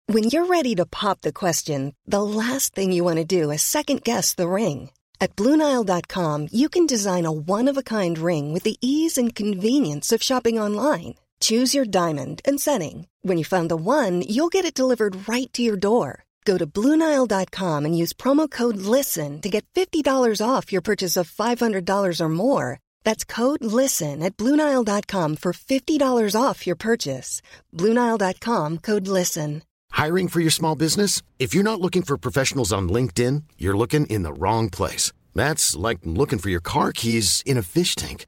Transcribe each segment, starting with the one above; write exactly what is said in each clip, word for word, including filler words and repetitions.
When you're ready to pop the question, the last thing you want to do is second-guess the ring. At Blue Nile dot com, you can design a one-of-a-kind ring with the ease and convenience of shopping online. Choose your diamond and setting. When you find the one, you'll get it delivered right to your door. Go to Blue Nile dot com and use promo code LISTEN to get fifty dollars off your purchase of five hundred dollars or more. That's code LISTEN at Blue Nile dot com for fifty dollars off your purchase. Blue Nile dot com, code LISTEN. Hiring for your small business? If you're not looking for professionals on LinkedIn, you're looking in the wrong place. That's like looking for your car keys in a fish tank.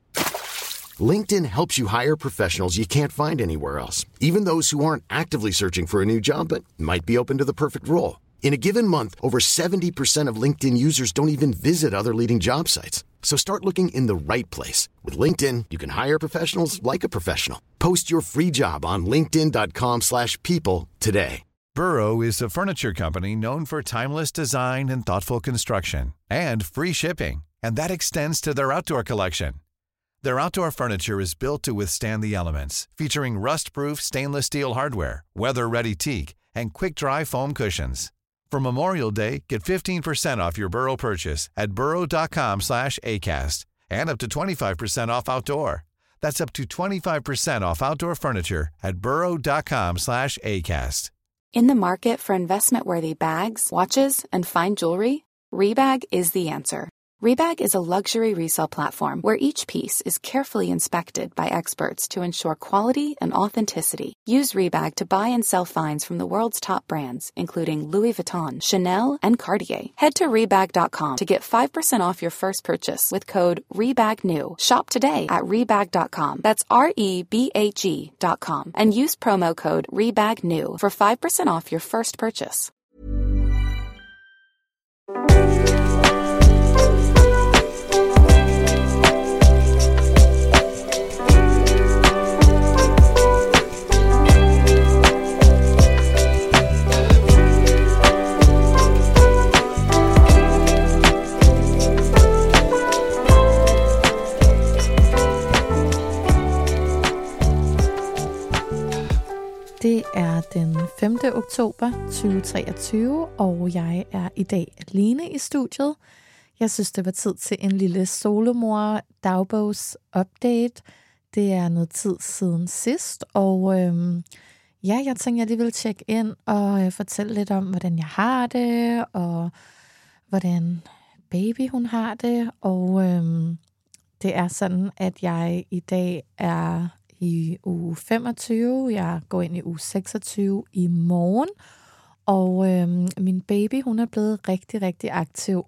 LinkedIn helps you hire professionals you can't find anywhere else, even those who aren't actively searching for a new job but might be open to the perfect role. In a given month, over seventy percent of LinkedIn users don't even visit other leading job sites. So start looking in the right place. With LinkedIn, you can hire professionals like a professional. Post your free job on linkedin dot com slash people today. Burrow is a furniture company known for timeless design and thoughtful construction, and free shipping, and that extends to their outdoor collection. Their outdoor furniture is built to withstand the elements, featuring rust-proof stainless steel hardware, weather-ready teak, and quick-dry foam cushions. For Memorial Day, get fifteen percent off your Burrow purchase at burrow dot com slash acast, and up to twenty-five percent off outdoor. That's up to twenty-five percent off outdoor furniture at burrow dot com slash acast. In the market for investment-worthy bags, watches, and fine jewelry, Rebag is the answer. Rebag is a luxury resale platform where each piece is carefully inspected by experts to ensure quality and authenticity. Use Rebag to buy and sell finds from the world's top brands, including Louis Vuitton, Chanel, and Cartier. Head to Rebag dot com to get five percent off your first purchase with code REBAGNEW. Shop today at Rebag dot com. That's R E B A G dot com. And use promo code REBAGNEW for five percent off your first purchase. Det er den femte oktober tyve treogtyve, og jeg er i dag alene i studiet. Jeg synes, det var tid til en lille solomor dagbogs update. Det er noget tid siden sidst, og øhm, ja, jeg tænkte, jeg lige ville tjekke ind og øh, fortælle lidt om, hvordan jeg har det, og hvordan baby hun har det. Og øhm, det er sådan, at jeg i dag er i uge femogtyve. Jeg går ind i uge seksogtyve i morgen. Og øhm, min baby, hun er blevet rigtig, rigtig aktiv.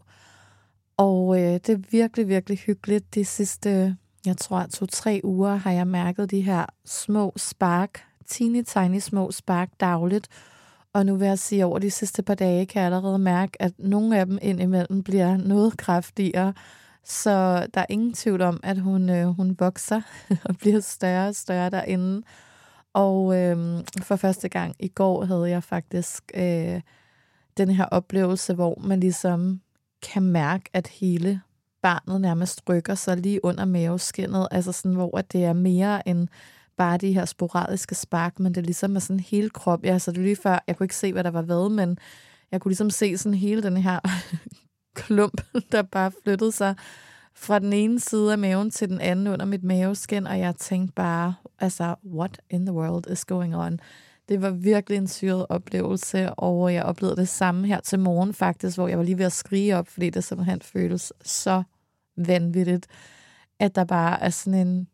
Og øh, det er virkelig, virkelig hyggeligt. De sidste, jeg tror, to-tre uger har jeg mærket de her små spark, teeny tiny små spark dagligt. Og nu vil jeg sige, over de sidste par dage kan jeg allerede mærke, at nogle af dem indimellem bliver noget kraftigere. Så der er ingen tvivl om, at hun, øh, hun vokser og bliver større og større derinde. Og øh, for første gang i går havde jeg faktisk øh, den her oplevelse, hvor man ligesom kan mærke, at hele barnet nærmest rykker sig lige under maveskindet. Altså sådan, hvor at det er mere end bare de her sporadiske spark, men det ligesom er sådan hele krop. Ja, så det er lige før, jeg kunne ikke se, hvad der var hvad, men jeg kunne ligesom se sådan hele den her klump, der bare flyttede sig fra den ene side af maven til den anden under mit maveskin, og jeg tænkte bare, altså, what in the world is going on? Det var virkelig en syret oplevelse, og jeg oplevede det samme her til morgen faktisk, hvor jeg var lige ved at skrige op, fordi det simpelthen føles så vanvittigt, at der bare er sådan en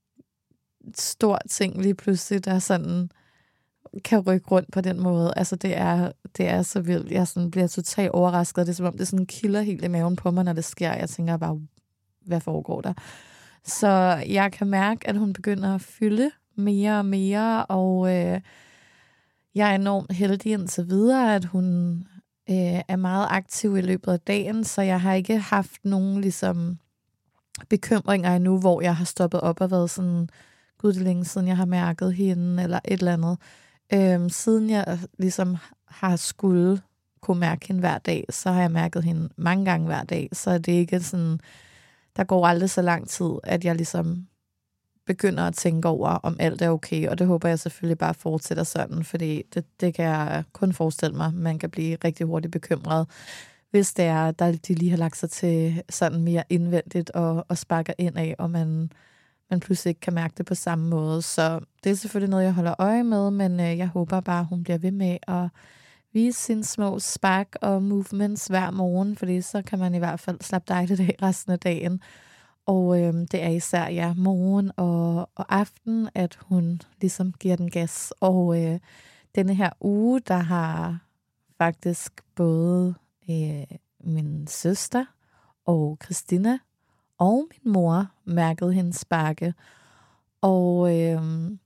stor ting lige pludselig, der sådan kan rykke rundt på den måde. Altså, det er, det er så vildt. Jeg sådan bliver totalt overrasket. Det er som om, det sådan kilder helt i maven på mig, når det sker. Jeg tænker bare, hvad foregår der? Så jeg kan mærke, at hun begynder at fylde mere og mere, og øh, jeg er enormt heldig indtil videre, at hun øh, er meget aktiv i løbet af dagen, så jeg har ikke haft nogen ligesom bekymringer endnu, hvor jeg har stoppet op og været sådan, gud, det er længe siden, jeg har mærket hende, eller et eller andet. Øhm, siden jeg ligesom har skulle kunne mærke hende hver dag, så har jeg mærket hende mange gange hver dag, så det er ikke sådan, der går aldrig så lang tid, at jeg ligesom begynder at tænke over, om alt er okay, og det håber jeg selvfølgelig bare fortsætter sådan, fordi det, det kan jeg kun forestille mig. Man kan blive rigtig hurtigt bekymret, hvis det er, der de lige har lagt sig til sådan mere indvendigt og, og sparker ind af, og man, man pludselig ikke kan mærke det på samme måde. Så det er selvfølgelig noget, jeg holder øje med, men øh, jeg håber bare, at hun bliver ved med at vise sine små spark og movements hver morgen, fordi så kan man i hvert fald slappe dejligt af resten af dagen. Og øh, det er især ja, morgen og, og aften, at hun ligesom giver den gas. Og øh, denne her uge, der har faktisk både øh, min søster og Christina og min mor mærket hendes sparke. Og øh,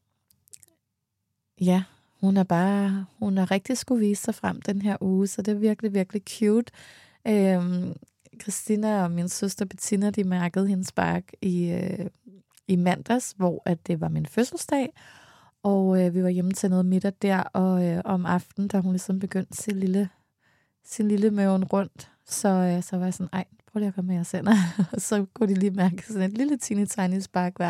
ja, hun er bare, hun har rigtig skulle vise sig frem den her uge, så det er virkelig, virkelig cute. Øh, Christina og min søster Bettina, de mærkede hendes spark i, øh, i mandags, hvor at det var min fødselsdag, og øh, vi var hjemme til noget middag der, og øh, om aftenen, da hun ligesom begyndte sin lille, sin lille møven rundt, så, øh, så var jeg sådan, ej, prøv lige at komme med, jeg sender. Og så kunne de lige mærke sådan et lille teeny tiny spark hver.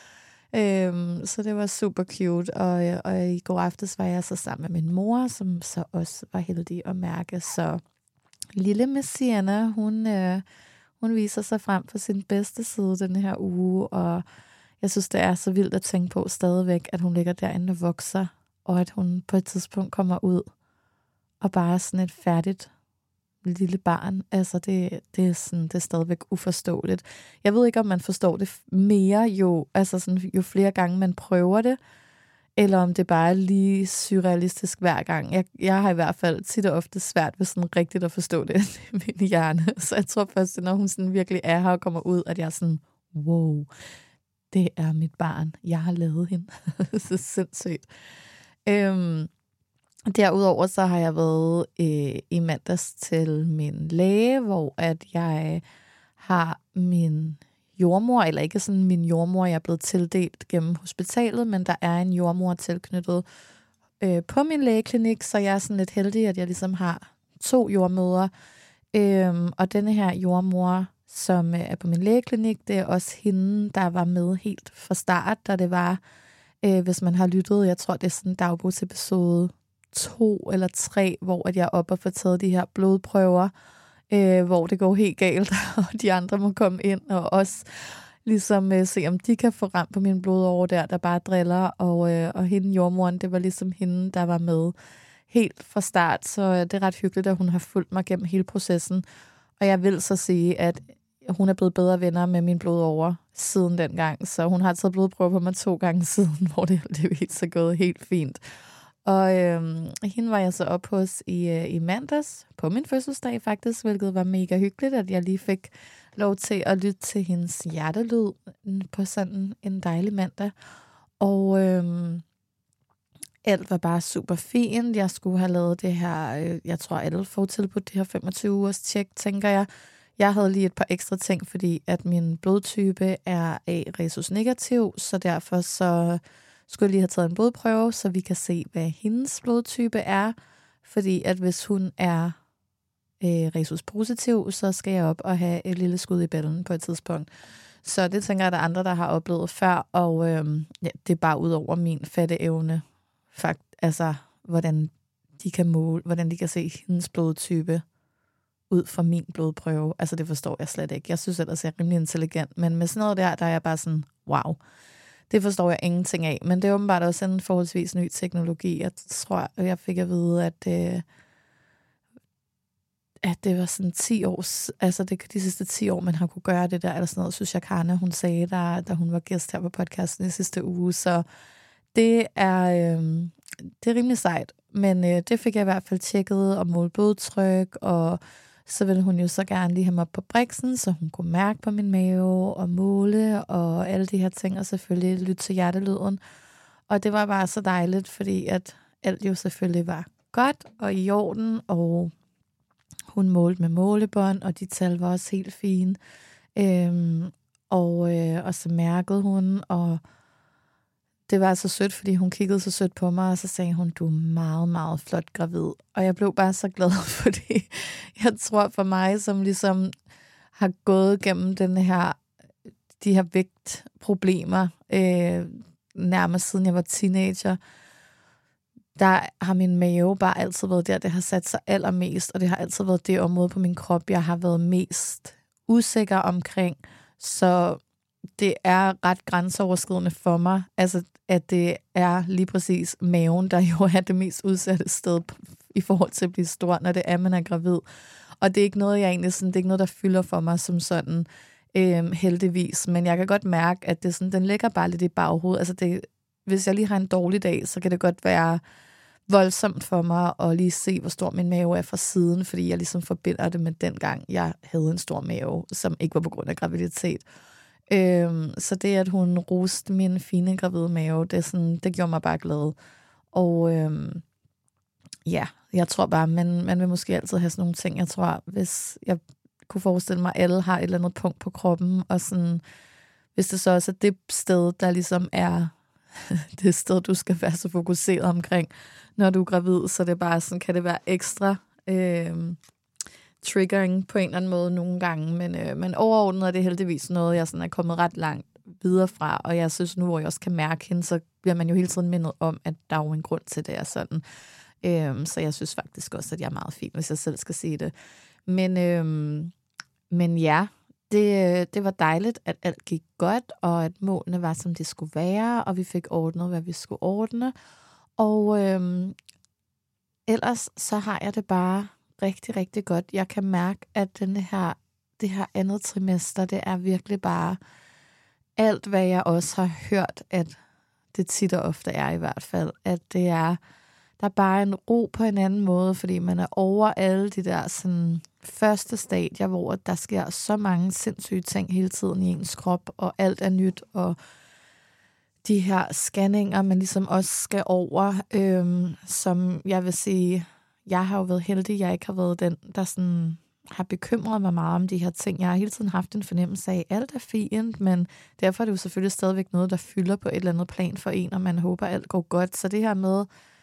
Øhm, så det var super cute, og, øh, og i går aftes var jeg så sammen med min mor, som så også var heldig at mærke, så lille Messiana, hun, øh, hun viser sig frem for sin bedste side den her uge, og jeg synes, det er så vildt at tænke på stadigvæk, at hun ligger derinde og vokser, og at hun på et tidspunkt kommer ud og bare er sådan et færdigt lille barn. Altså, det, det, er sådan, det er stadigvæk uforståeligt. Jeg ved ikke, om man forstår det mere, jo, altså sådan, jo flere gange man prøver det, eller om det bare er lige surrealistisk hver gang. Jeg, jeg har i hvert fald tit og ofte svært ved sådan rigtigt at forstå det i min hjerne. Så jeg tror først, når hun sådan virkelig er her og kommer ud, at jeg er sådan, wow, det er mit barn. Jeg har lavet hende. Så sindssygt. Øhm, derudover så har jeg været øh, i mandags til min læge, hvor at jeg har min jordmor, eller ikke sådan min jordmor, jeg er blevet tildelt gennem hospitalet, men der er en jordmor tilknyttet øh, på min lægeklinik, så jeg er sådan lidt heldig, at jeg ligesom har to jordmødre. Øhm, og denne her jordmor, som øh, er på min lægeklinik, det er også hende, der var med helt fra start, da det var, øh, hvis man har lyttet, jeg tror, det er sådan en dagbogsepisode to eller tre, hvor at jeg er oppe og får taget de her blodprøver, Øh, hvor det går helt galt, og de andre må komme ind og også ligesom øh, se, om de kan få ramt på min blodåre der, der bare driller, og, øh, og hende jordmoren, det var ligesom hende, der var med helt fra start, så øh, det er ret hyggeligt, at hun har fulgt mig gennem hele processen, og jeg vil så sige, at hun er blevet bedre venner med min blodåre siden dengang, så hun har taget blodprøver på mig to gange siden, hvor det heldigvis er gået helt fint. Og øhm, hende var jeg så op hos i, øh, i mandags, på min fødselsdag faktisk, hvilket var mega hyggeligt, at jeg lige fik lov til at lytte til hendes hjertelyd på sådan en dejlig mandag. Og øhm, alt var bare super fint. Jeg skulle have lavet det her, øh, jeg tror alle får tilbudt det her femogtyve ugers tjek, tænker jeg. Jeg havde lige et par ekstra ting, fordi at min blodtype er A-resus negativ, så derfor så skulle jeg lige have taget en blodprøve, så vi kan se, hvad hendes blodtype er. Fordi at hvis hun er øh, resus positiv, så skal jeg op og have et lille skud i ballen på et tidspunkt. Så det tænker jeg, at der er andre, der har oplevet før, og øh, ja, det er bare ud over min fatteevne. Fakt, altså, hvordan de kan måle, hvordan de kan se hendes blodtype ud fra min blodprøve. Altså, det forstår jeg slet ikke. Jeg synes ellers, jeg er rimelig intelligent, men med sådan noget der, der er jeg bare sådan, wow. Det forstår jeg ingenting af, men det er åbenbart også en forholdsvis ny teknologi. Jeg tror, jeg fik at vide, at, øh, at det var sådan ti år, altså det de sidste ti år, man har kunne gøre det der, eller sådan noget, synes jeg, Karna, hun sagde, der, da hun var gæst her på podcasten i sidste uge. Så det er, øh, det er rimelig sejt, men øh, det fik jeg i hvert fald tjekket og målt blodtryk, og så ville hun jo så gerne lige have mig op på briksen, så hun kunne mærke på min mave og måle og alle de her ting, og selvfølgelig lytte til hjertelyden. Og det var bare så dejligt, fordi at alt jo selvfølgelig var godt og i orden, og hun målte med målebånd, og de tal var også helt fine. Øhm, og, øh, og så mærkede hun, og det var så sødt, fordi hun kiggede så sødt på mig, og så sagde hun, du er meget, meget flot gravid. Og jeg blev bare så glad, fordi jeg tror for mig, som ligesom har gået gennem den her de her vægtproblemer, øh, nærmest siden jeg var teenager, der har min mave bare altid været der, det har sat sig allermest, og det har altid været det område på min krop, jeg har været mest usikker omkring. Så det er ret grænseoverskridende for mig, altså at det er lige præcis maven, der jo er det mest udsatte sted i forhold til at blive stor, når det er, man er gravid. Og det er ikke noget, jeg egentlig sådan, det er ikke noget, der fylder for mig som sådan, øh, heldigvis. Men jeg kan godt mærke, at det sådan, den ligger bare lidt i baghovedet. Altså det, hvis jeg lige har en dårlig dag, så kan det godt være voldsomt for mig at lige se, hvor stor min mave er fra siden, fordi jeg ligesom forbinder det med den gang, jeg havde en stor mave, som ikke var på grund af graviditet. Øhm, så det, at hun roste min fine gravide mave, det, sådan, det gjorde mig bare glad. Og øhm, ja, jeg tror bare, man, man vil måske altid have sådan nogle ting. Jeg tror, hvis jeg kunne forestille mig, at alle har et eller andet punkt på kroppen, og sådan, hvis det så også er det sted, der ligesom er det sted, du skal være så fokuseret omkring, når du er gravid, så det er bare sådan, kan det være ekstra øh, triggering på en eller anden måde nogle gange, men, øh, men overordnet er det heldigvis noget, jeg sådan er kommet ret langt videre fra, og jeg synes nu, hvor jeg også kan mærke hende, så bliver man jo hele tiden mindet om, at der er jo en grund til det er sådan. Øh, så jeg synes faktisk også, at jeg er meget fin, hvis jeg selv skal sige det. Men, øh, men ja, Det, det var dejligt, at alt gik godt, og at målene var, som de skulle være, og vi fik ordnet, hvad vi skulle ordne. Og øhm, ellers så har jeg det bare rigtig, rigtig godt. Jeg kan mærke, at denne her, det her andet trimester, det er virkelig bare alt, hvad jeg også har hørt, at det tit og ofte er i hvert fald, at det er, der er bare en ro på en anden måde, fordi man er over alle de der sådan første stadier, hvor der sker så mange sindssyge ting hele tiden i ens krop, og alt er nyt, og de her scanninger, man ligesom også skal over, øhm, som jeg vil sige, jeg har jo været heldig, jeg ikke har været den, der sådan har bekymret mig meget om de her ting. Jeg har hele tiden haft en fornemmelse af, at alt er fint, men derfor er det jo selvfølgelig stadigvæk noget, der fylder på et eller andet plan for en, og man håber, at alt går godt. Så det her med,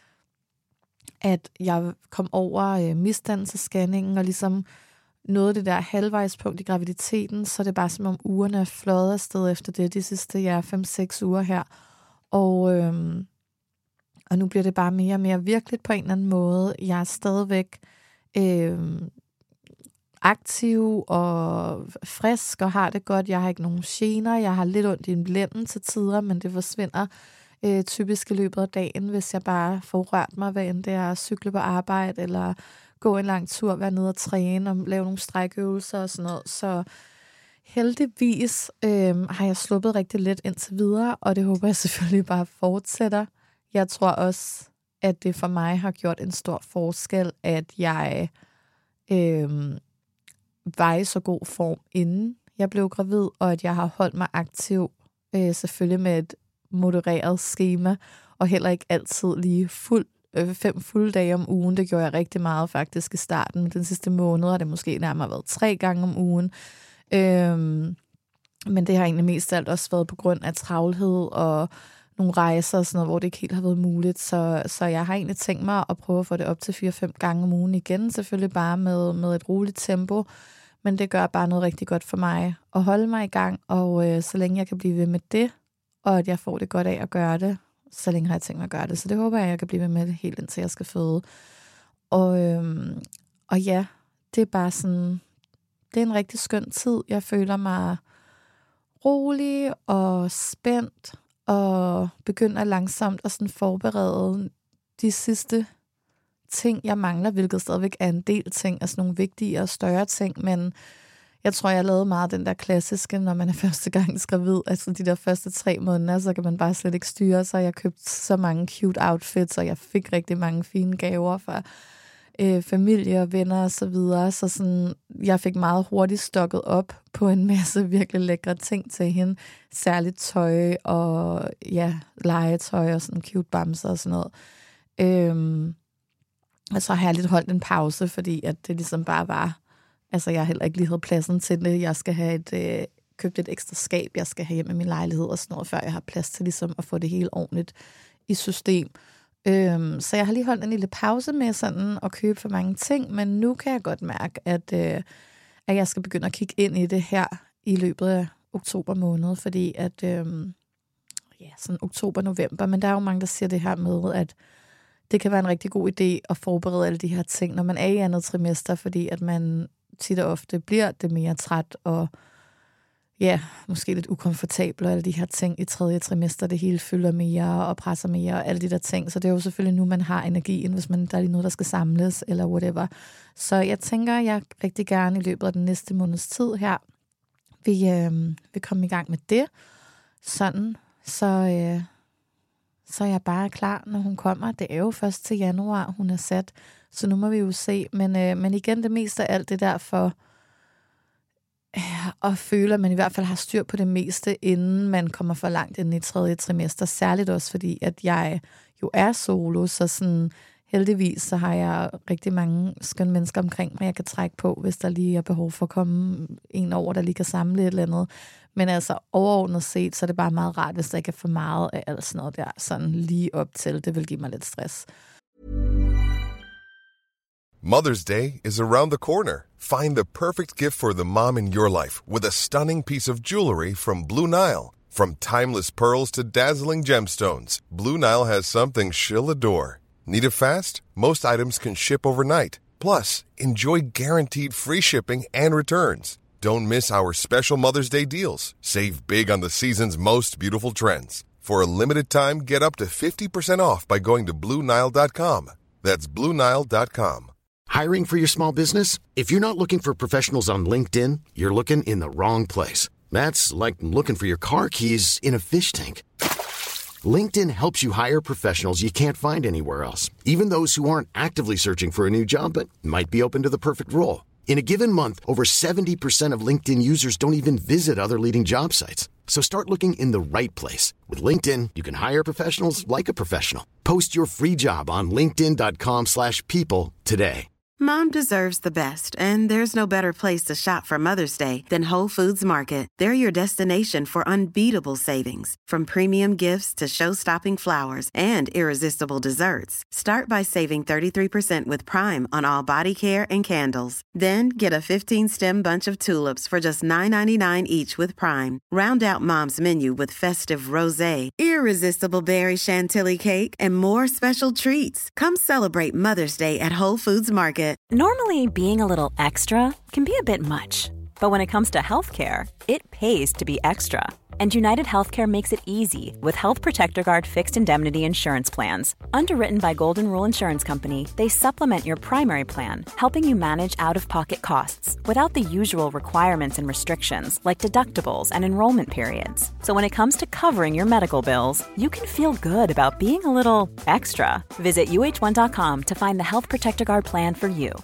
at jeg kom over øh, misdannelsesscanningen, og ligesom nåede det der halvvejspunkt i graviditeten, så det er bare som om ugerne er fløjet afsted efter det, de sidste ja, fem seks uger her. Og, øhm, og nu bliver det bare mere og mere virkeligt på en eller anden måde. Jeg er stadigvæk øhm, aktiv og frisk og har det godt. Jeg har ikke nogen gener. Jeg har lidt ondt i en lænden til tider, men det forsvinder øh, typisk i løbet af dagen, hvis jeg bare får rørt mig, hvad end det er at cykle på arbejde, eller gå en lang tur, være nede og træne og lave nogle strækøvelser og sådan noget. Så heldigvis øh, har jeg sluppet rigtig let indtil videre, og det håber jeg selvfølgelig bare fortsætter. Jeg tror også, at det for mig har gjort en stor forskel, at jeg øh, var i så god form, inden jeg blev gravid, og at jeg har holdt mig aktiv, øh, selvfølgelig med et modereret skema, og heller ikke altid lige fuld fem fulde dage om ugen. Det gjorde jeg rigtig meget faktisk i starten, men den sidste måned har det måske nærmere været tre gange om ugen. Øhm, men det har egentlig mest af alt også været på grund af travlhed og nogle rejser og sådan noget, hvor det ikke helt har været muligt. Så, så jeg har egentlig tænkt mig at prøve at få det op til fire fem gange om ugen igen. Selvfølgelig bare med, med et roligt tempo, men det gør bare noget rigtig godt for mig at holde mig i gang, og øh, så længe jeg kan blive ved med det, og at jeg får det godt af at gøre det, så længe har jeg tænkt mig at gøre det. Så det håber jeg, jeg kan blive ved med det helt indtil jeg skal føde. Og, øhm, og ja, det er bare sådan, det er en rigtig skøn tid. Jeg føler mig rolig og spændt, og begynder langsomt at sådan forberede de sidste ting, jeg mangler, hvilket stadigvæk er en del ting, altså nogle vigtige og større ting, men jeg tror, jeg lavede meget den der klassiske, når man er første gang gravid, altså de der første tre måneder, så kan man bare slet ikke styre sig. Jeg købte så mange cute outfits, og jeg fik rigtig mange fine gaver fra øh, familie og venner og så videre. Så sådan, jeg fik meget hurtigt stokket op på en masse virkelig lækre ting til hende. Særligt tøj og ja, legetøj og sådan cute bamser og sådan noget. Øhm, og så har jeg lidt holdt en pause, fordi at det ligesom bare var, altså jeg har heller ikke lige havde pladsen til det. Jeg skal have et, øh, købt et ekstra skab, jeg skal have hjem i min lejlighed og sådan noget, før jeg har plads til ligesom at få det hele ordentligt i system. Øhm, så jeg har lige holdt en lille pause med sådan at købe for mange ting, men nu kan jeg godt mærke, at, øh, at jeg skal begynde at kigge ind i det her i løbet af oktober måned, fordi at, øhm, ja, sådan oktober-november, men der er jo mange, der siger det her med, at det kan være en rigtig god idé at forberede alle de her ting, når man er i andet trimester, fordi at man tit og ofte bliver det mere træt og ja, måske lidt ukomfortabel og alle de her ting i tredje trimester, det hele fylder mere og presser mere og alle de der ting. Så det er jo selvfølgelig nu, man har energien, hvis man, der er lige noget, der skal samles eller whatever. Så jeg tænker, jeg rigtig gerne i løbet af den næste måneds tid her, vi øh, vil komme i gang med det. Sådan, så, øh, så er jeg bare klar, når hun kommer. Det er jo først til januar, hun er sat, så nu må vi jo se. Men, øh, men igen, det meste af alt det der for og føler, at man i hvert fald har styr på det meste, inden man kommer for langt ind i tredje trimester. Særligt også fordi, at jeg jo er solo, så sådan, heldigvis så har jeg rigtig mange skønne mennesker omkring mig, jeg kan trække på, hvis der lige er behov for at komme en over, der lige kan samle et eller andet. Men altså overordnet set, så er det bare meget rart, hvis der ikke er for meget af alt sådan noget der, sådan lige op til. Det vil give mig lidt stress. Mother's Day is around the corner. Find the perfect gift for the mom in your life with a stunning piece of jewelry from Blue Nile. From timeless pearls to dazzling gemstones, Blue Nile has something she'll adore. Need it fast? Most items can ship overnight. Plus, enjoy guaranteed free shipping and returns. Don't miss our special Mother's Day deals. Save big on the season's most beautiful trends. For a limited time, get up to fifty percent off by going to Blue Nile dot com. That's Blue Nile dot com. Hiring for your small business? If you're not looking for professionals on LinkedIn, you're looking in the wrong place. That's like looking for your car keys in a fish tank. LinkedIn helps you hire professionals you can't find anywhere else, even those who aren't actively searching for a new job but might be open to the perfect role. In a given month, over seventy percent of LinkedIn users don't even visit other leading job sites. So start looking in the right place. With LinkedIn, you can hire professionals like a professional. Post your free job on linkedin dot com slash people today. Mom deserves the best, and there's no better place to shop for Mother's Day than Whole Foods Market. They're your destination for unbeatable savings, from premium gifts to show-stopping flowers and irresistible desserts. Start by saving thirty-three percent with Prime on all body care and candles. Then get a fifteen-stem bunch of tulips for just nine ninety-nine each with Prime. Round out Mom's menu with festive rosé, irresistible berry chantilly cake, and more special treats. Come celebrate Mother's Day at Whole Foods Market. Normally, being a little extra can be a bit much, but when it comes to healthcare, it pays to be extra. And United Healthcare makes it easy with Health Protector Guard fixed indemnity insurance plans. Underwritten by Golden Rule Insurance Company, they supplement your primary plan, helping you manage out-of-pocket costs without the usual requirements and restrictions like deductibles and enrollment periods. So when it comes to covering your medical bills, you can feel good about being a little extra. Visit U H one dot com to find the Health Protector Guard plan for you.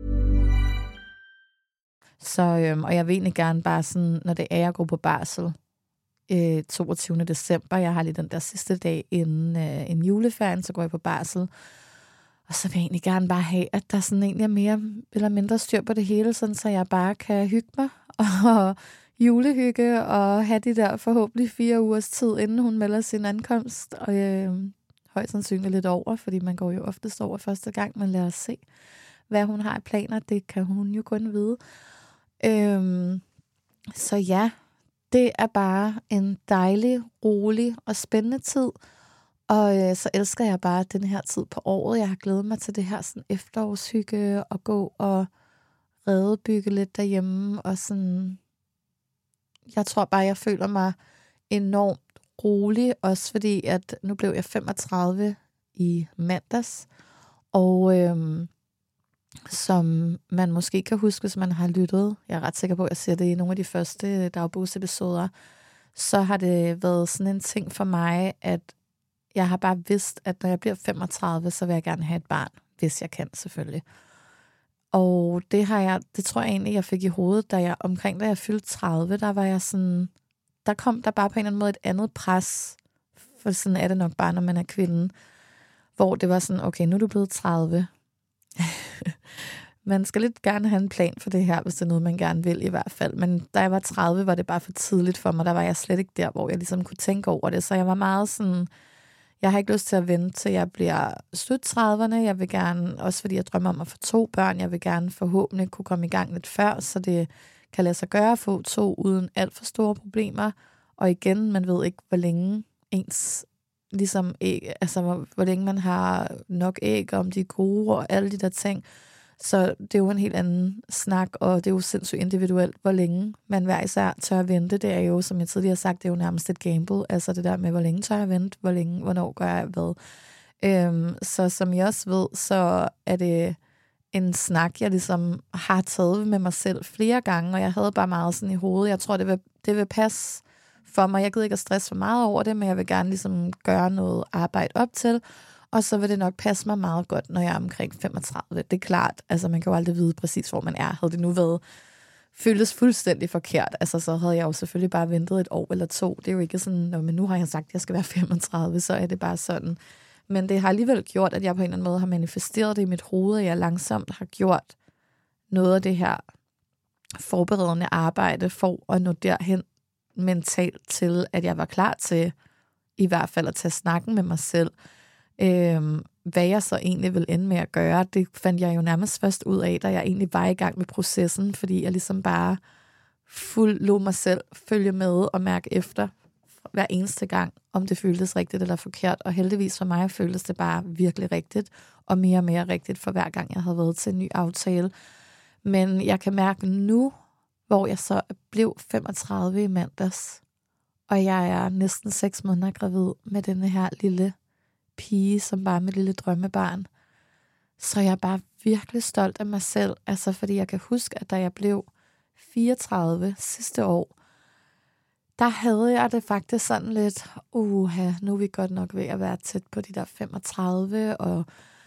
Så, øhm, og jeg vil egentlig gerne bare sådan, når det er, jeg går på barsel, øh, toogtyvende december, jeg har lige den der sidste dag inden øh, en juleferien, så går jeg på barsel. Og så vil jeg egentlig gerne bare have, at der sådan egentlig er mere eller mindre styr på det hele, sådan, så jeg bare kan hygge mig og julehygge og have de der forhåbentlig fire ugers tid, inden hun melder sin ankomst. Og øh, højst sandsynligt lidt over, fordi man går jo oftest over første gang, men lad os se, hvad hun har i planer. Det kan hun jo kun vide. Øhm, så ja, det er bare en dejlig, rolig og spændende tid. Og øh, så elsker jeg bare den her tid på året. Jeg har glædet mig til det her sådan efterårshygge og gå og redebygge lidt derhjemme. Og sådan, jeg tror bare, jeg føler mig enormt rolig. Også fordi, at nu blev jeg femogtredive i mandags. Og øhm, som man måske kan huske, hvis man har lyttet, jeg er ret sikker på, at jeg ser det i nogle af de første dagbogsepisoder, så har det været sådan en ting for mig, at jeg har bare vidst, at når jeg bliver femogtredive, så vil jeg gerne have et barn, hvis jeg kan selvfølgelig. Og det har jeg, det tror jeg egentlig, jeg fik i hovedet, da jeg omkring da jeg fyldte tredive, der var jeg sådan, der kom der bare på en eller anden måde et andet pres, for sådan er det nok bare, når man er kvinde, hvor det var sådan, okay, nu er du blevet tredive. Man skal lidt gerne have en plan for det her, hvis det er noget, man gerne vil i hvert fald. Men da jeg var tredive, var det bare for tidligt for mig. Der var jeg slet ikke der, hvor jeg ligesom kunne tænke over det. Så jeg var meget sådan, jeg har ikke lyst til at vente, til jeg bliver slut trediverne. Jeg vil gerne, også fordi jeg drømmer om at få to børn, jeg vil gerne forhåbentlig kunne komme i gang lidt før, så det kan lade sig gøre at få to uden alt for store problemer. Og igen, man ved ikke, hvor længe ens, ligesom æg, altså hvor, hvor længe man har nok æg, om de er gode og alle de der ting. Så det er jo en helt anden snak, og det er jo sindssygt individuelt, hvor længe man hver især tør vente. Det er jo, som jeg tidligere har sagt, det er jo nærmest et gamble. Altså det der med, hvor længe tør jeg vente, hvor længe, hvornår gør jeg hvad. Øhm, så som jeg også ved, så er det en snak, jeg ligesom har taget med mig selv flere gange, og jeg havde bare meget sådan i hovedet. Jeg tror, det vil, det vil passe for mig. Jeg gider ikke at stresse for meget over det, men jeg vil gerne ligesom gøre noget arbejde op til, og så vil det nok passe mig meget godt, når jeg er omkring femogtredive. Det er klart, altså man kan jo aldrig vide præcis, hvor man er. Havde det nu været føltes fuldstændig forkert, altså så havde jeg jo selvfølgelig bare ventet et år eller to. Det er jo ikke sådan, men nu har jeg sagt, at jeg skal være femogtredive, så er det bare sådan. Men det har alligevel gjort, at jeg på en eller anden måde har manifesteret det i mit hoved, og jeg langsomt har gjort noget af det her forberedende arbejde for at nå derhen mentalt til, at jeg var klar til i hvert fald at tage snakken med mig selv. Øhm, hvad jeg så egentlig vil ende med at gøre, det fandt jeg jo nærmest først ud af, da jeg egentlig var i gang med processen, fordi jeg ligesom bare fuld lod mig selv følge med og mærke efter hver eneste gang, om det føltes rigtigt eller forkert. Og heldigvis for mig føltes det bare virkelig rigtigt, og mere og mere rigtigt for hver gang, jeg havde været til en ny aftale. Men jeg kan mærke nu, hvor jeg så blev femogtredive i mandags, og jeg er næsten seks måneder gravid med denne her lille pige, som bare med lille drømmebarn, så jeg er bare virkelig stolt af mig selv, altså fordi jeg kan huske, at da jeg blev fireogtredive sidste år, der havde jeg det faktisk sådan lidt, uha, nu er vi godt nok ved at være tæt på de der femogtredive, og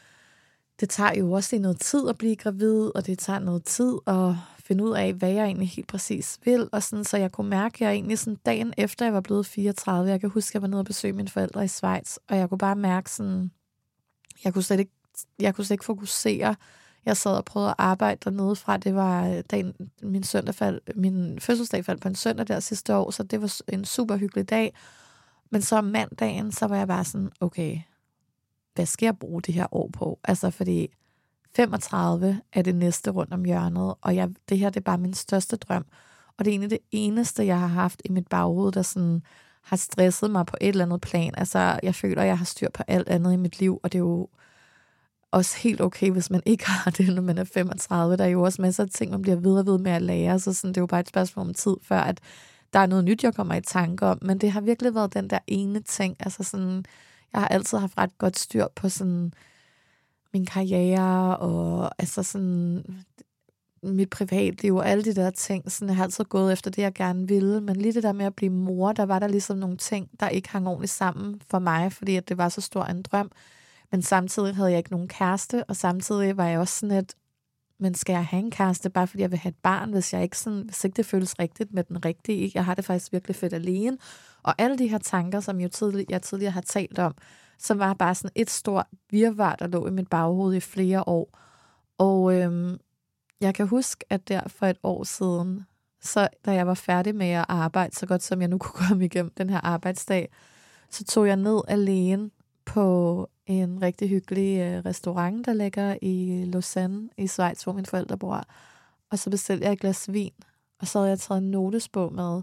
det tager jo også noget tid at blive gravid, og det tager noget tid at finde ud af, hvad jeg egentlig helt præcis vil, og sådan, så jeg kunne mærke, at jeg egentlig sådan dagen efter, jeg var blevet fireogtredive, jeg kan huske, at jeg var nede og besøge mine forældre i Schweiz, og jeg kunne bare mærke sådan, jeg kunne slet ikke, jeg kunne slet ikke fokusere. Jeg sad og prøvede at arbejde dernede fra, det var dagen, min, søndag fald, min fødselsdag faldt på en søndag der sidste år, så det var en super hyggelig dag. Men så om mandagen, så var jeg bare sådan, okay, hvad skal jeg bruge det her år på? Altså fordi femogtredive er det næste rundt om hjørnet, og jeg, det her det er bare min største drøm. Og det er egentlig det eneste, jeg har haft i mit baghoved, der sådan har stresset mig på et eller andet plan. Altså jeg føler, at jeg har styr på alt andet i mit liv, og det er jo også helt okay, hvis man ikke har det, når man er femogtredive. Der er jo også masser af ting, man bliver ved og ved med at lære, så sådan, det er jo bare et spørgsmål om tid, før at der er noget nyt, jeg kommer i tanke om. Men det har virkelig været den der ene ting. Altså sådan, jeg har altid haft ret godt styr på sådan min karriere, og altså sådan mit privatliv og alle de der ting. Sådan, jeg har altid gået efter det, jeg gerne ville. Men lige det der med at blive mor, der var der ligesom nogle ting, der ikke hang ordentligt sammen for mig, fordi at det var så stor en drøm. Men samtidig havde jeg ikke nogen kæreste, og samtidig var jeg også sådan et, men skal jeg have en kæreste, bare fordi jeg vil have et barn, hvis, jeg ikke sådan, hvis ikke det føles rigtigt med den rigtige? Jeg har det faktisk virkelig fedt alene. Og alle de her tanker, som jo tidlig, jeg tidligere har talt om, som var bare sådan et stort virvar, der lå i mit baghoved i flere år. Og øhm, jeg kan huske, at der for et år siden, så da jeg var færdig med at arbejde, så godt som jeg nu kunne komme igennem den her arbejdsdag, så tog jeg ned alene på en rigtig hyggelig øh, restaurant, der ligger i Lausanne i Schweiz, hvor mine forældre bor. Og så bestilte jeg et glas vin, og så havde jeg taget en notesbog med,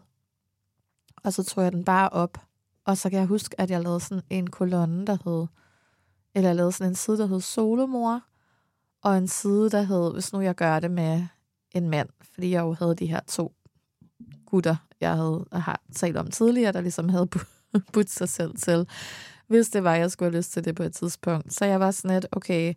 og så tog jeg den bare op. Og så kan jeg huske, at jeg lavede sådan en kolonne, der hed, eller jeg lavede sådan en side, der hed Solomor, og en side, der hed, hvis nu jeg gør det med en mand, fordi jeg jo havde de her to gutter, jeg havde har talt om tidligere, der ligesom havde budt sig selv til, hvis det var, jeg skulle have lyst til det på et tidspunkt. Så jeg var sådan lidt, okay,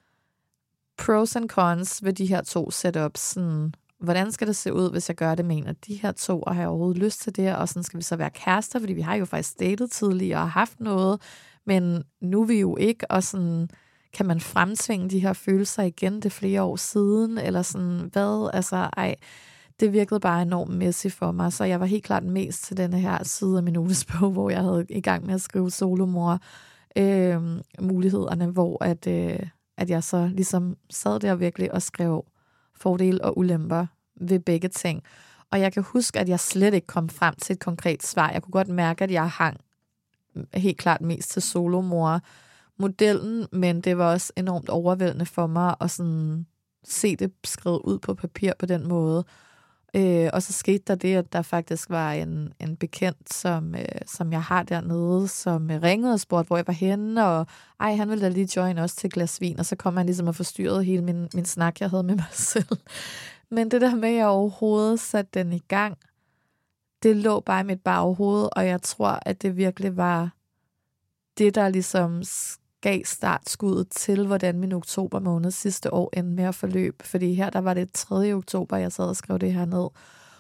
pros and cons ved de her to setups, sådan, hvordan skal det se ud, hvis jeg gør det med en af de her to, og har jeg overhovedet lyst til det, og sådan skal vi så være kærester, fordi vi har jo faktisk datet tidligere og haft noget, men nu er vi jo ikke, og sådan, kan man fremtvinge de her følelser igen, det flere år siden, eller sådan, hvad, altså, ej, det virkede bare enormt messy for mig, så jeg var helt klart mest til denne her side af min notesbog, hvor jeg havde i gang med at skrive solomor øh, mulighederne, hvor at, øh, at jeg så ligesom sad der virkelig og skrev fordele og ulemper ved begge ting. Og jeg kan huske, at jeg slet ikke kom frem til et konkret svar. Jeg kunne godt mærke, at jeg hang helt klart mest til solomor-modellen, men det var også enormt overvældende for mig at sådan se det skrevet ud på papir på den måde. Øh, og så skete der det, at der faktisk var en, en bekendt, som, øh, som jeg har dernede, som øh, ringede og spurgte, hvor jeg var henne, og ej, han ville da lige join også til et glas vin, og så kom han ligesom og forstyrrede hele min, min snak, jeg havde med mig selv. Men det der med, at jeg overhovedet satte den i gang, det lå bare i mit baghoved, og jeg tror, at det virkelig var det, der ligesom gav startskuddet til, hvordan min oktober måned sidste år endte med at forløbe. Fordi her, der var det tredje oktober, jeg sad og skrev det her ned.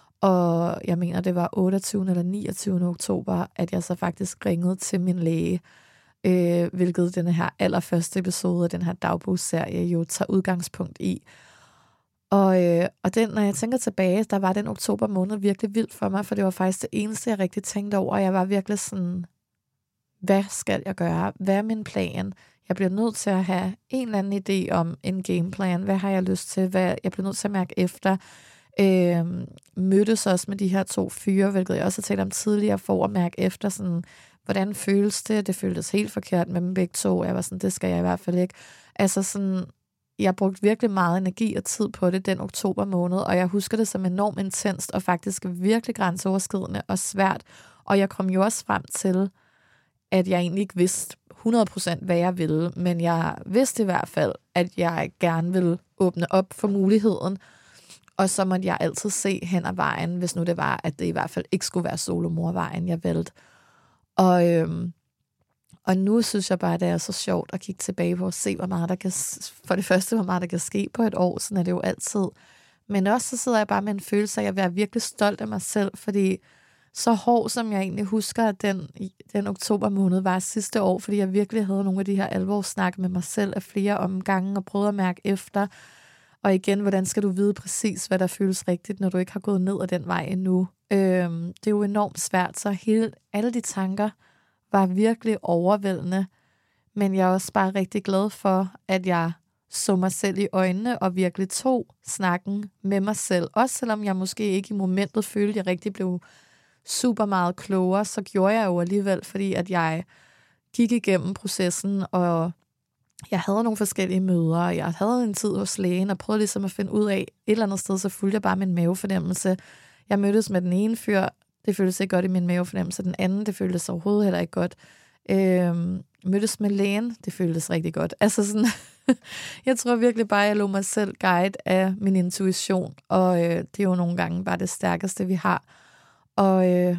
Og jeg mener, det var otteogtyvende eller niogtyvende oktober, at jeg så faktisk ringede til min læge, øh, hvilket den her allerførste episode af den her dagbogsserie jo tager udgangspunkt i. Og, øh, og den, når jeg tænker tilbage, der var den oktober måned virkelig vildt for mig, for det var faktisk det eneste, jeg rigtig tænkte over. Jeg var virkelig sådan, hvad skal jeg gøre? Hvad er min plan? Jeg bliver nødt til at have en eller anden idé om en gameplan. Hvad har jeg lyst til? Hvad, jeg bliver nødt til at mærke efter. Øh, mødtes også med de her to fyre, hvilket jeg også har talt om tidligere, for at mærke efter, sådan, hvordan føles det? Det føltes helt forkert med dem begge to. Jeg var sådan, det skal jeg i hvert fald ikke. Altså sådan, jeg brugte virkelig meget energi og tid på det den oktober måned, og jeg husker det som enormt intenst og faktisk virkelig grænseoverskridende og svært. Og jeg kom jo også frem til, at jeg egentlig ikke vidste hundrede procent, hvad jeg ville, men jeg vidste i hvert fald, at jeg gerne ville åbne op for muligheden, og så måtte jeg altid se hen ad vejen, hvis nu det var, at det i hvert fald ikke skulle være solomorvejen, jeg valgte. Og, øhm, og nu synes jeg bare, at det er så sjovt at kigge tilbage på og se, hvor meget der kan, for det første, hvor meget der kan ske på et år, sådan er det jo altid. Men også så sidder jeg bare med en følelse af, at jeg er virkelig stolt af mig selv, fordi så hård, som jeg egentlig husker, at den, den oktober måned var sidste år, fordi jeg virkelig havde nogle af de her alvorssnak med mig selv af flere omgange og prøvede at mærke efter. Og igen, hvordan skal du vide præcis, hvad der føles rigtigt, når du ikke har gået ned ad den vej endnu? Øhm, det er jo enormt svært, så hele, alle de tanker var virkelig overvældende. Men jeg er også bare rigtig glad for, at jeg så mig selv i øjnene og virkelig tog snakken med mig selv. Også selvom jeg måske ikke i momentet følte, at jeg rigtig blev super meget klogere, så gjorde jeg jo alligevel, fordi at jeg gik igennem processen, og jeg havde nogle forskellige møder, og jeg havde en tid hos lægen, og prøvede ligesom at finde ud af, et eller andet sted, så fulgte jeg bare min mavefornemmelse. Jeg mødtes med den ene fyr, det føltes ikke godt i min mavefornemmelse, den anden, det føltes overhovedet heller ikke godt. Øhm, mødtes med lægen, det føltes rigtig godt. Altså sådan, jeg tror virkelig bare, at jeg lod mig selv guide af min intuition, og øh, det er jo nogle gange bare det stærkeste, vi har. Og øh,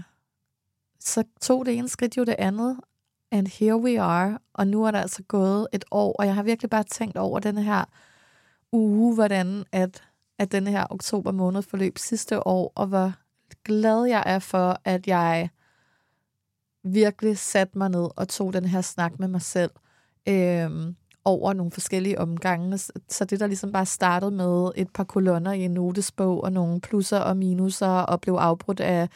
så tog det ene skridt jo det andet, and here we are, og nu er der altså gået et år, og jeg har virkelig bare tænkt over denne her uge, hvordan at, at denne her oktober måned forløb sidste år, og hvor glad jeg er for, at jeg virkelig satte mig ned og tog den her snak med mig selv øh, over nogle forskellige omgange. Så det, der ligesom bare startede med et par kolonner i en notesbog, og nogle plusser og minuser, og blev afbrudt af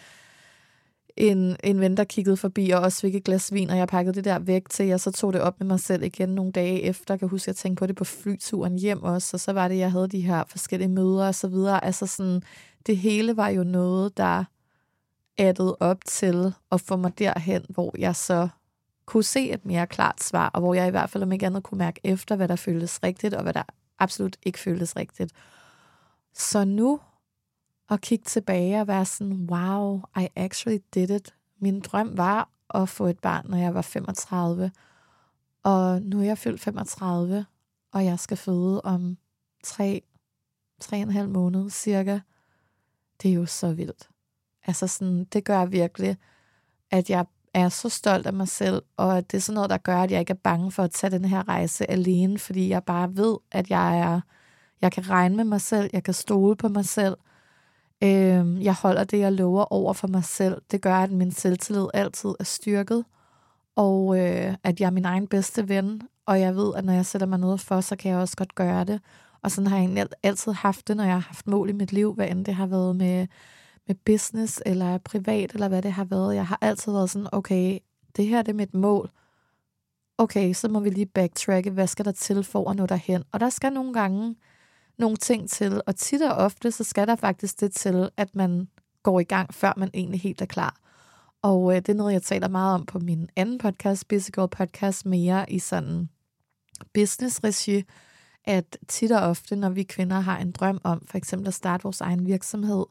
en, en ven, der kiggede forbi, og også fik et glas vin, og jeg pakkede det der væk til, jeg så tog det op med mig selv igen nogle dage efter. Jeg kan huske, at jeg tænkte på det på flyturen hjem også, og så var det, jeg havde de her forskellige møder og så videre. Altså sådan, det hele var jo noget, der addede op til at få mig derhen, hvor jeg så kunne se et mere klart svar, og hvor jeg i hvert fald om ikke andet kunne mærke efter, hvad der føltes rigtigt, og hvad der absolut ikke føltes rigtigt. Så nu at kigge tilbage og være sådan, wow, I actually did it. Min drøm var at få et barn, når jeg var femogtredive, og nu er jeg fyldt femogtredive, og jeg skal føde om tre, tre og en halv måned cirka. Det er jo så vildt. Altså sådan, det gør virkelig, at jeg er så stolt af mig selv, og at det er sådan noget, der gør, at jeg ikke er bange for at tage den her rejse alene, fordi jeg bare ved, at jeg er, jeg kan regne med mig selv, jeg kan stole på mig selv, øh, jeg holder det, jeg lover over for mig selv. Det gør, at min selvtillid altid er styrket, og øh, at jeg er min egen bedste ven, og jeg ved, at når jeg sætter mig noget for, så kan jeg også godt gøre det. Og sådan har jeg egentlig altid haft det, når jeg har haft mål i mit liv, hvad end det har været med med business, eller privat, eller hvad det har været. Jeg har altid været sådan, okay, det her det er mit mål. Okay, så må vi lige backtracke, hvad skal der til for at nå derhen? Og der skal nogle gange nogle ting til, og tit og ofte, så skal der faktisk det til, at man går i gang, før man egentlig helt er klar. Og øh, det er noget, jeg taler meget om på min anden podcast, Busy Girl Podcast, mere i sådan business-regi, at tit og ofte, når vi kvinder har en drøm om for eksempel at starte vores egen virksomhed,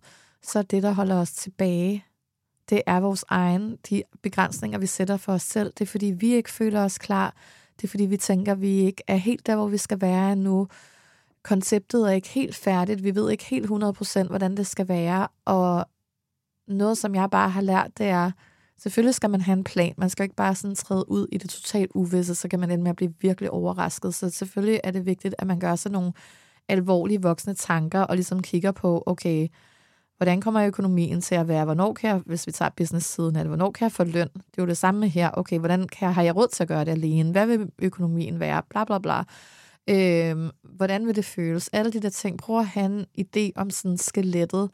så er det, der holder os tilbage, det er vores egen, de begrænsninger, vi sætter for os selv. Det er, fordi vi ikke føler os klar. Det er, fordi vi tænker, at vi ikke er helt der, hvor vi skal være nu. Konceptet er ikke helt færdigt. Vi ved ikke helt hundrede procent, hvordan det skal være. Og noget, som jeg bare har lært, det er, selvfølgelig skal man have en plan. Man skal ikke bare sådan træde ud i det totalt uvisse, så kan man ende med at blive virkelig overrasket. Så selvfølgelig er det vigtigt, at man gør sig nogle alvorlige voksne tanker, og ligesom kigger på, okay, hvordan kommer økonomien til at være? Hvornår kan jeg, hvis vi tager business-siden af det, hvornår kan jeg få løn? Det er jo det samme her. Okay, hvordan kan jeg, har jeg råd til at gøre det alene? Hvad vil økonomien være? Bla, bla, bla. Øhm, hvordan vil det føles? Alle de der ting. Prøv at have en idé om sådan skelettet.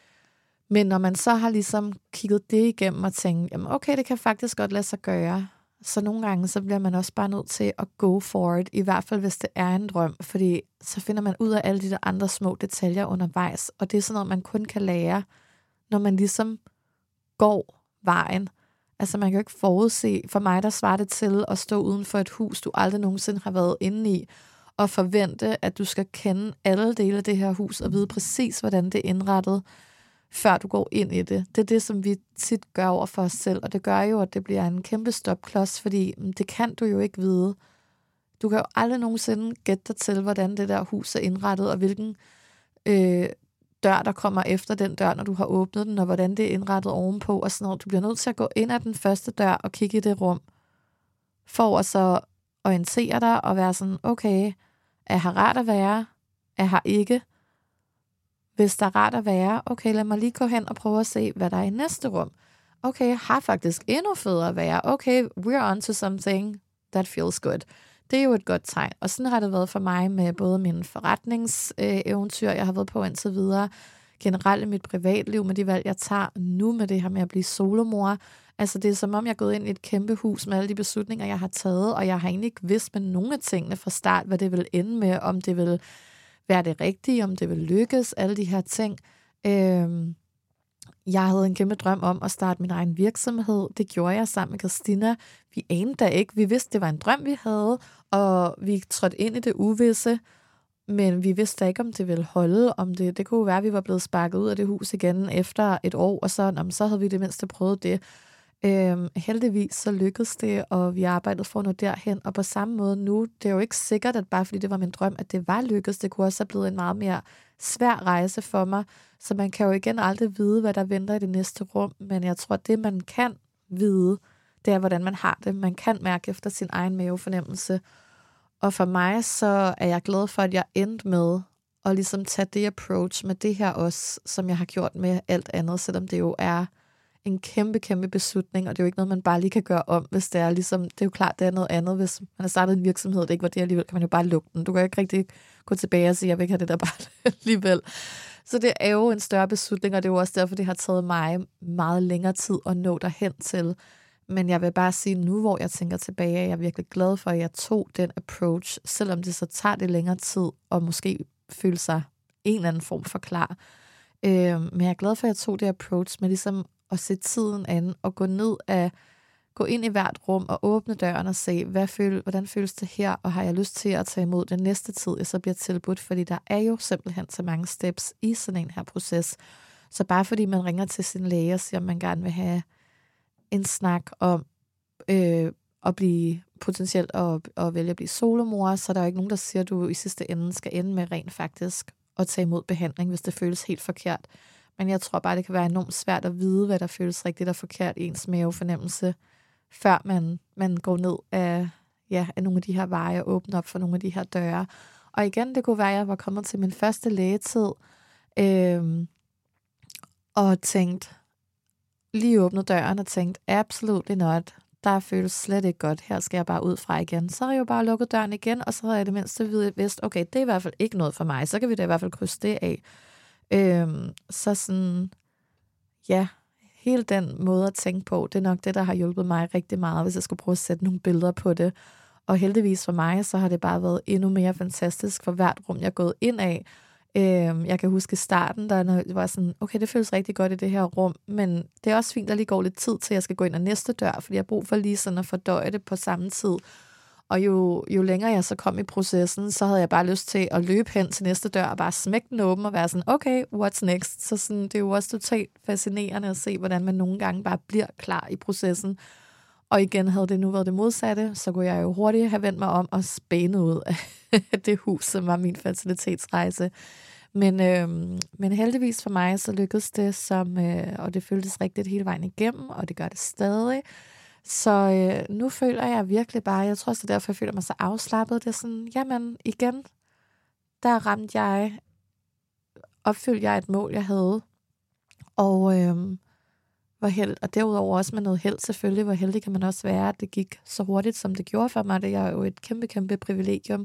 Men når man så har ligesom kigget det igennem og tænkt, jamen okay, det kan faktisk godt lade sig gøre, så nogle gange så bliver man også bare nødt til at go for it, i hvert fald hvis det er en drøm, fordi så finder man ud af alle de der andre små detaljer undervejs, og det er sådan noget, man kun kan lære, når man ligesom går vejen. Altså man kan jo ikke forudse, for mig der svarer det til at stå uden for et hus, du aldrig nogensinde har været inde i, og forvente, at du skal kende alle dele af det her hus, og vide præcis, hvordan det er indrettet, før du går ind i det. Det er det, som vi tit gør over for os selv, og det gør jo, at det bliver en kæmpe stopklods, fordi det kan du jo ikke vide. Du kan jo aldrig nogensinde gætte dig til, hvordan det der hus er indrettet, og hvilken øh, dør, der kommer efter den dør, når du har åbnet den, og hvordan det er indrettet ovenpå, og sådan noget. Du bliver nødt til at gå ind ad den første dør og kigge i det rum, for at så orientere dig og være sådan, okay, er her rart at være? Er her ikke? Hvis der er rart at være, okay, lad mig lige gå hen og prøve at se, hvad der er i næste rum. Okay, har faktisk endnu federe at være. Okay, we're on to something that feels good. Det er jo et godt tegn. Og sådan har det været for mig med både mine forretningseventyr, jeg har været på indtil videre, generelt i mit privatliv med de valg, jeg tager nu med det her med at blive solomor. Altså det er som om, jeg er gået ind i et kæmpe hus med alle de beslutninger, jeg har taget, og jeg har egentlig ikke vidst med nogle af tingene fra start, hvad det vil ende med, om det vil være det rigtige, om det vil lykkes, alle de her ting. Øhm, jeg havde en kæmpe drøm om at starte min egen virksomhed. Det gjorde jeg sammen med Christina. Vi anede da ikke. Vi vidste, det var en drøm, vi havde, og vi trådte ind i det uvisse, men vi vidste ikke, om det ville holde. Om det, det kunne være, at vi var blevet sparket ud af det hus igen efter et år, og så, jamen, så havde vi det mindste prøvet det. Øhm, heldigvis så lykkedes det, og vi arbejdede for at nå derhen, og på samme måde nu, det er jo ikke sikkert, at bare fordi det var min drøm, at det var lykkedes, det kunne også have blevet en meget mere svær rejse for mig, så man kan jo igen aldrig vide, hvad der venter i det næste rum, men jeg tror, at det man kan vide, det er, hvordan man har det. Man kan mærke efter sin egen mavefornemmelse, og for mig så er jeg glad for, at jeg endte med at ligesom tage det approach med det her også, som jeg har gjort med alt andet, selvom det jo er en kæmpe, kæmpe beslutning, og det er jo ikke noget, man bare lige kan gøre om, hvis det er ligesom, det er jo klart, det er noget andet, hvis man har startet en virksomhed, det ikke var det alligevel, kan man jo bare lukke den. Du kan jo ikke rigtig gå tilbage og sige, jeg vil ikke have det der bare alligevel. Så det er jo en større beslutning, og det er jo også derfor, det har taget mig meget længere tid at nå derhen til. Men jeg vil bare sige, nu hvor jeg tænker tilbage, at jeg er virkelig glad for, at jeg tog den approach, selvom det så tager det længere tid, og måske føle sig en eller anden form for klar. Øh, men jeg er glad for, at jeg tog det approach med ligesom og se tiden an, og gå ned af, gå ind i hvert rum, og åbne døren og se, hvad føl, hvordan føles det her, og har jeg lyst til at tage imod den næste tid, jeg så bliver tilbudt, fordi der er jo simpelthen så mange steps i sådan en her proces. Så bare fordi man ringer til sin læge og siger, at man gerne vil have en snak om øh, at blive potentielt og, og vælge at blive solomor, så der er jo ikke nogen, der siger, at du i sidste ende skal ende med rent faktisk at tage imod behandling, hvis det føles helt forkert. Men jeg tror bare, det kan være enormt svært at vide, hvad der føles rigtigt og forkert i ens mavefornemmelse, før man, man går ned af, ja, af nogle af de her veje og åbner op for nogle af de her døre. Og igen, det kunne være, at jeg var kommet til min første lægetid øh, og tænkt, lige åbnet døren og tænkt, absolutely not, der føles slet ikke godt, her skal jeg bare ud fra igen. Så har jeg jo bare lukket døren igen, og så har jeg det mindste vidst, okay, det er i hvert fald ikke noget for mig, så kan vi da i hvert fald krydse det af. Øhm, så sådan, ja, hele den måde at tænke på, det er nok det, der har hjulpet mig rigtig meget, hvis jeg skulle prøve at sætte nogle billeder på det. Og heldigvis for mig, så har det bare været endnu mere fantastisk for hvert rum, jeg er gået ind af. Øhm, jeg kan huske starten, der det var sådan, okay, det føles rigtig godt i det her rum, men det er også fint, at lige går lidt tid til, at jeg skal gå ind ad næste dør, fordi jeg har brug for lige sådan at fordøje det på samme tid. Og jo, jo længere jeg så kom i processen, så havde jeg bare lyst til at løbe hen til næste dør og bare smække den åben og være sådan, okay, what's next? Så sådan, det er jo også totalt fascinerende at se, hvordan man nogle gange bare bliver klar i processen. Og igen, havde det nu været det modsatte, så kunne jeg jo hurtigt have vendt mig om og spænet ud af det hus, som var min fertilitetsrejse. Men, øhm, men heldigvis for mig, så lykkedes det, som, øh, og det føltes rigtigt hele vejen igennem, og det gør det stadig. Så øh, nu føler jeg virkelig bare, jeg tror også, det er derfor, jeg føler mig så afslappet. Det er sådan, jamen igen, der ramte jeg, opfyldte jeg et mål, jeg havde. Og, øh, var held, og derudover også med noget held selvfølgelig, hvor heldig kan man også være, at det gik så hurtigt, som det gjorde for mig. Det er jo et kæmpe, kæmpe privilegium.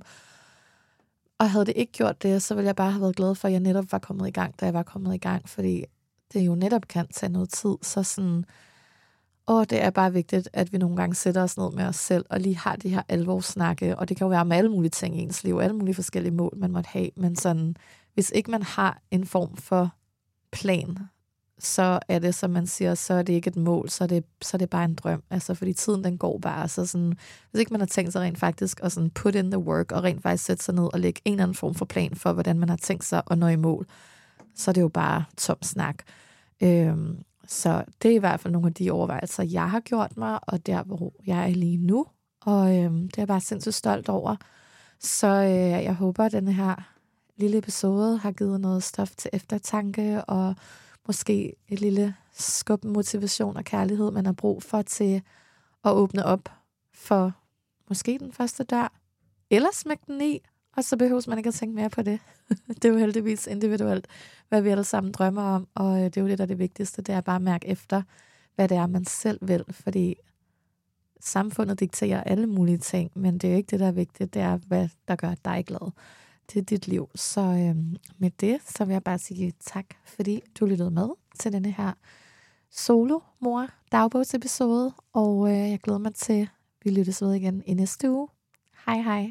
Og havde det ikke gjort det, så ville jeg bare have været glad for, at jeg netop var kommet i gang, da jeg var kommet i gang, fordi det jo netop kan tage noget tid. Så sådan, åh, det er bare vigtigt, at vi nogle gange sætter os ned med os selv, og lige har de her alvorssnakke, og det kan jo være med alle mulige ting i ens liv, alle mulige forskellige mål, man måtte have, men sådan, hvis ikke man har en form for plan, så er det, som man siger, så er det ikke et mål, så er det, så er det bare en drøm. Altså, fordi tiden, den går bare. Så sådan, hvis ikke man har tænkt sig rent faktisk at sådan put in the work, og rent faktisk sætte sig ned og lægge en eller anden form for plan for, hvordan man har tænkt sig at nå i mål, så er det jo bare tom snak. Øhm, så det er i hvert fald nogle af de overvejelser, jeg har gjort mig, og der, hvor jeg er lige nu. Og øhm, det er jeg bare sindssygt stolt over. Så øh, jeg håber, at denne her lille episode har givet noget stof til eftertanke, og måske et lille skub motivation og kærlighed, man har brug for til at åbne op for måske den første dør, eller smække den i, og så behøver man ikke at tænke mere på det. Det er jo heldigvis individuelt, hvad vi alle sammen drømmer om, og det er jo det, der er det vigtigste, det er bare at mærke efter, hvad det er, man selv vil, fordi samfundet dikterer alle mulige ting, men det er jo ikke det, der er vigtigt, det er, hvad der gør dig glad. Det er dit liv. Så øhm, med det, så vil jeg bare sige tak, fordi du lyttede med til denne her solo-mor dagbogsepisode, og øh, jeg glæder mig til, at vi lyttes ved igen i næste uge. Hej hej.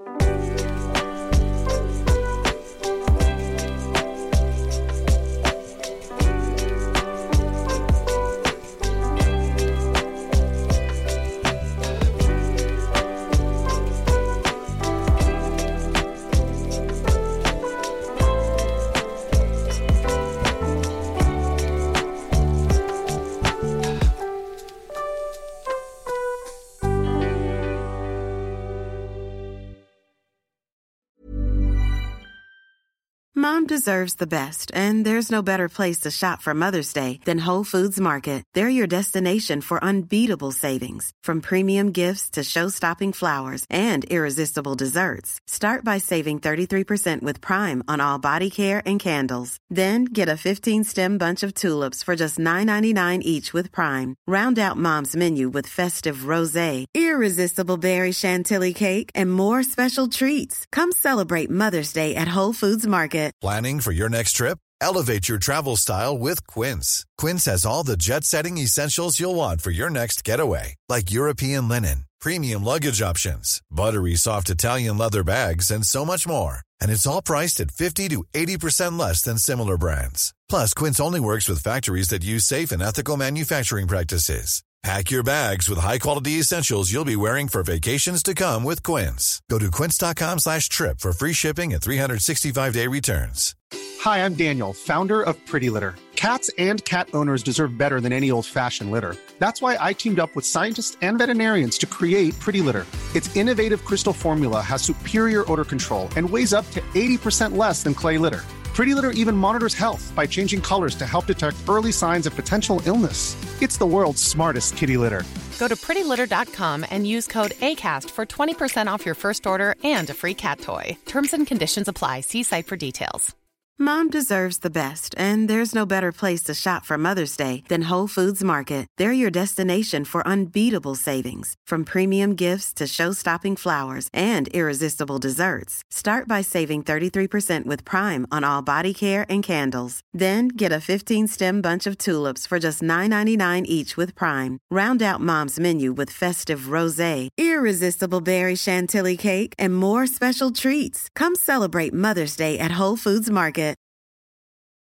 Mom deserves the best, and there's no better place to shop for Mother's Day than Whole Foods Market. They're your destination for unbeatable savings, from premium gifts to show-stopping flowers and irresistible desserts. Start by saving thirty-three percent with Prime on all body care and candles. Then get a fifteen-stem bunch of tulips for just nine ninety-nine each with Prime. Round out Mom's menu with festive rosé, irresistible berry chantilly cake, and more special treats. Come celebrate Mother's Day at Whole Foods Market. Planning for your next trip? Elevate your travel style with Quince. Quince has all the jet-setting essentials you'll want for your next getaway, like European linen, premium luggage options, buttery soft Italian leather bags, and so much more. And it's all priced at fifty to eighty percent less than similar brands. Plus, Quince only works with factories that use safe and ethical manufacturing practices. Pack your bags with high-quality essentials you'll be wearing for vacations to come with Quince. Go to quince.com slash trip for free shipping and three sixty-five day returns. Hi, I'm Daniel, founder of Pretty Litter. Cats and cat owners deserve better than any old-fashioned litter. That's why I teamed up with scientists and veterinarians to create Pretty Litter. Its innovative crystal formula has superior odor control and weighs up to eighty percent less than clay litter. Pretty Litter even monitors health by changing colors to help detect early signs of potential illness. It's the world's smartest kitty litter. Go to pretty litter dot com and use code ACAST for twenty percent off your first order and a free cat toy. Terms and conditions apply. See site for details. Mom deserves the best, and there's no better place to shop for Mother's Day than Whole Foods Market. They're your destination for unbeatable savings, from premium gifts to show-stopping flowers and irresistible desserts. Start by saving thirty-three percent with Prime on all body care and candles. Then get a fifteen-stem bunch of tulips for just nine ninety-nine each with Prime. Round out Mom's menu with festive rosé, irresistible berry chantilly cake, and more special treats. Come celebrate Mother's Day at Whole Foods Market.